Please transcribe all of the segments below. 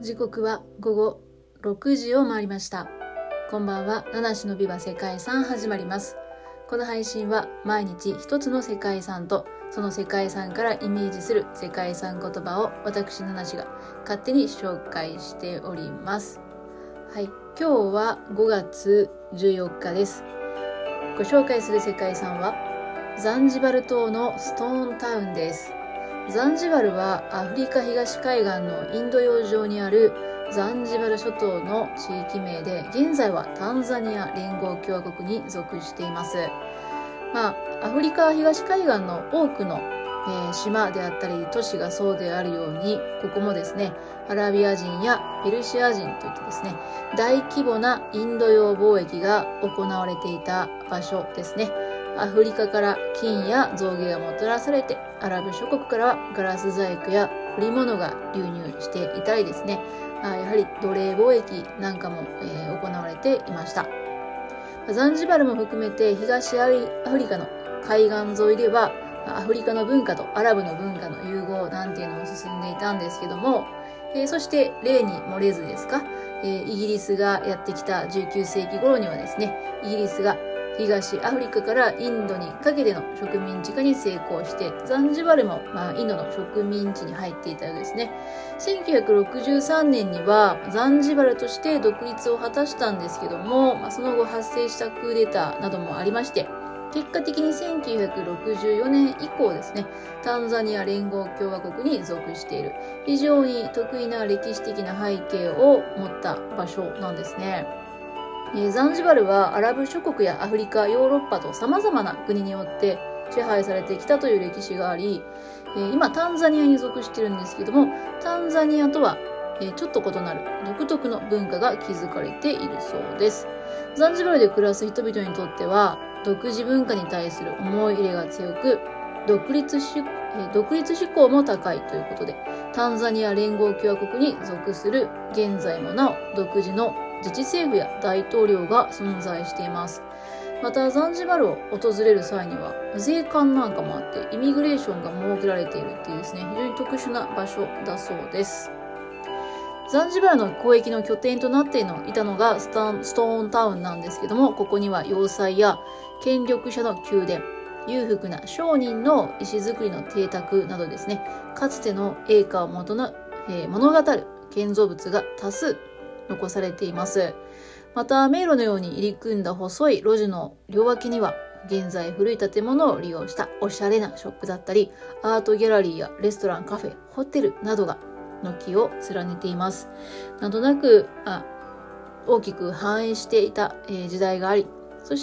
時刻は午後6時を回りました。こんばんは。七種のビバ世界遺産始まります。この配信は毎日一つの世界遺産とその世界遺産からイメージする世界遺産言葉を私七種が勝手に紹介しております。はい、今日は5月14日です。ご紹介する世界遺産はザンジバル島のストーンタウンです。ザンジバルはアフリカ東海岸のインド洋上にあるザンジバル諸島の地域名で、現在はタンザニア連合共和国に属しています。アフリカ東海岸の多くの、島であったり都市がそうであるように、ここもですね、アラビア人やペルシア人といってですね、大規模なインド洋貿易が行われていた場所ですね。アフリカから金や象牙がもたらされて、アラブ諸国からはガラス細工や織物が流入していたりですね、やはり奴隷貿易なんかも、行われていました。ザンジバルも含めて東アフリカの海岸沿いではアフリカの文化とアラブの文化の融合なんていうのも進んでいたんですけども、そして例に漏れずですか、イギリスがやってきた19世紀頃にはですね、イギリスが東アフリカからインドにかけての植民地化に成功して、ザンジバルもインドの植民地に入っていたようですね。1963年にはザンジバルとして独立を果たしたんですけども、その後発生したクーデターなどもありまして、結果的に1964年以降ですね、タンザニア連合共和国に属している非常に特異な歴史的な背景を持った場所なんですね。ザンジバルはアラブ諸国やアフリカ、ヨーロッパと様々な国によって支配されてきたという歴史があり、今タンザニアに属しているんですけども、タンザニアとはちょっと異なる独特の文化が築かれているそうです。ザンジバルで暮らす人々にとっては独自文化に対する思い入れが強く、独立志向も高いということで、タンザニア連合共和国に属する現在もなお独自の自治政府や大統領が存在しています。またザンジバルを訪れる際には税関なんかもあってイミグレーションが設けられているっていうですね、非常に特殊な場所だそうです。ザンジバルの交易の拠点となっていたのがストーンタウンなんですけども、ここには要塞や権力者の宮殿、裕福な商人の石造りの邸宅などですね、かつての栄華を物語る建造物が多数残されています。また迷路のように入り組んだ細い路地の両脇には現在古い建物を利用したおしゃれなショップだったり、アートギャラリーやレストラン、カフェ、ホテルなどが軒を連ねています。なんとなく大きく繁栄していた、時代があり、そして、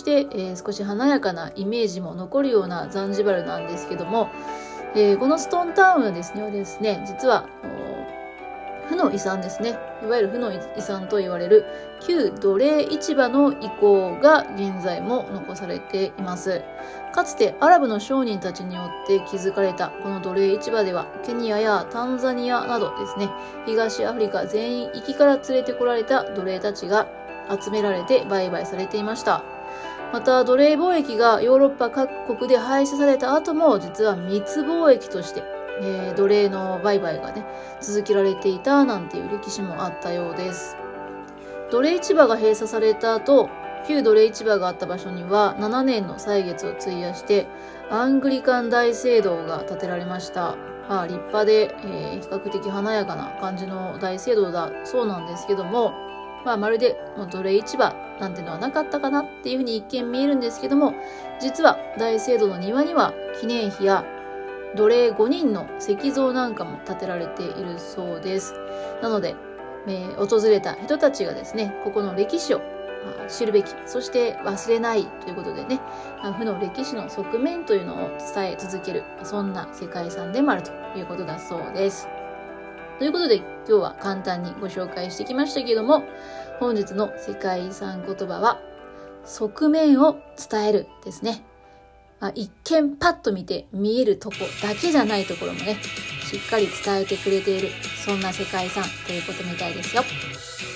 少し華やかなイメージも残るようなザンジバルなんですけども、このストーンタウンはですね、実は負の遺産ですね。いわゆる負の遺産と言われる旧奴隷市場の遺構が現在も残されています。かつてアラブの商人たちによって築かれたこの奴隷市場では、ケニアやタンザニアなどですね、東アフリカ全域から連れてこられた奴隷たちが集められて売買されていました。また奴隷貿易がヨーロッパ各国で廃止された後も、実は密貿易として奴隷の売買がね続けられていたなんていう歴史もあったようです。奴隷市場が閉鎖された後、旧奴隷市場があった場所には7年の歳月を費やしてアングリカン大聖堂が建てられました。立派で、比較的華やかな感じの大聖堂だそうなんですけども、まるで奴隷市場なんてのはなかったかなっていうふうに一見見えるんですけども、実は大聖堂の庭には記念碑や奴隷5人の石像なんかも建てられているそうです。なので、訪れた人たちがですね、ここの歴史を知るべき、そして忘れないということでね、負の歴史の側面というのを伝え続ける、そんな世界遺産でもあるということだそうです。ということで今日は簡単にご紹介してきましたけども、本日の世界遺産言葉は側面を伝えるですね。一見パッと見て見えるとこだけじゃないところもね、しっかり伝えてくれている、そんな世界遺産ということみたいですよ。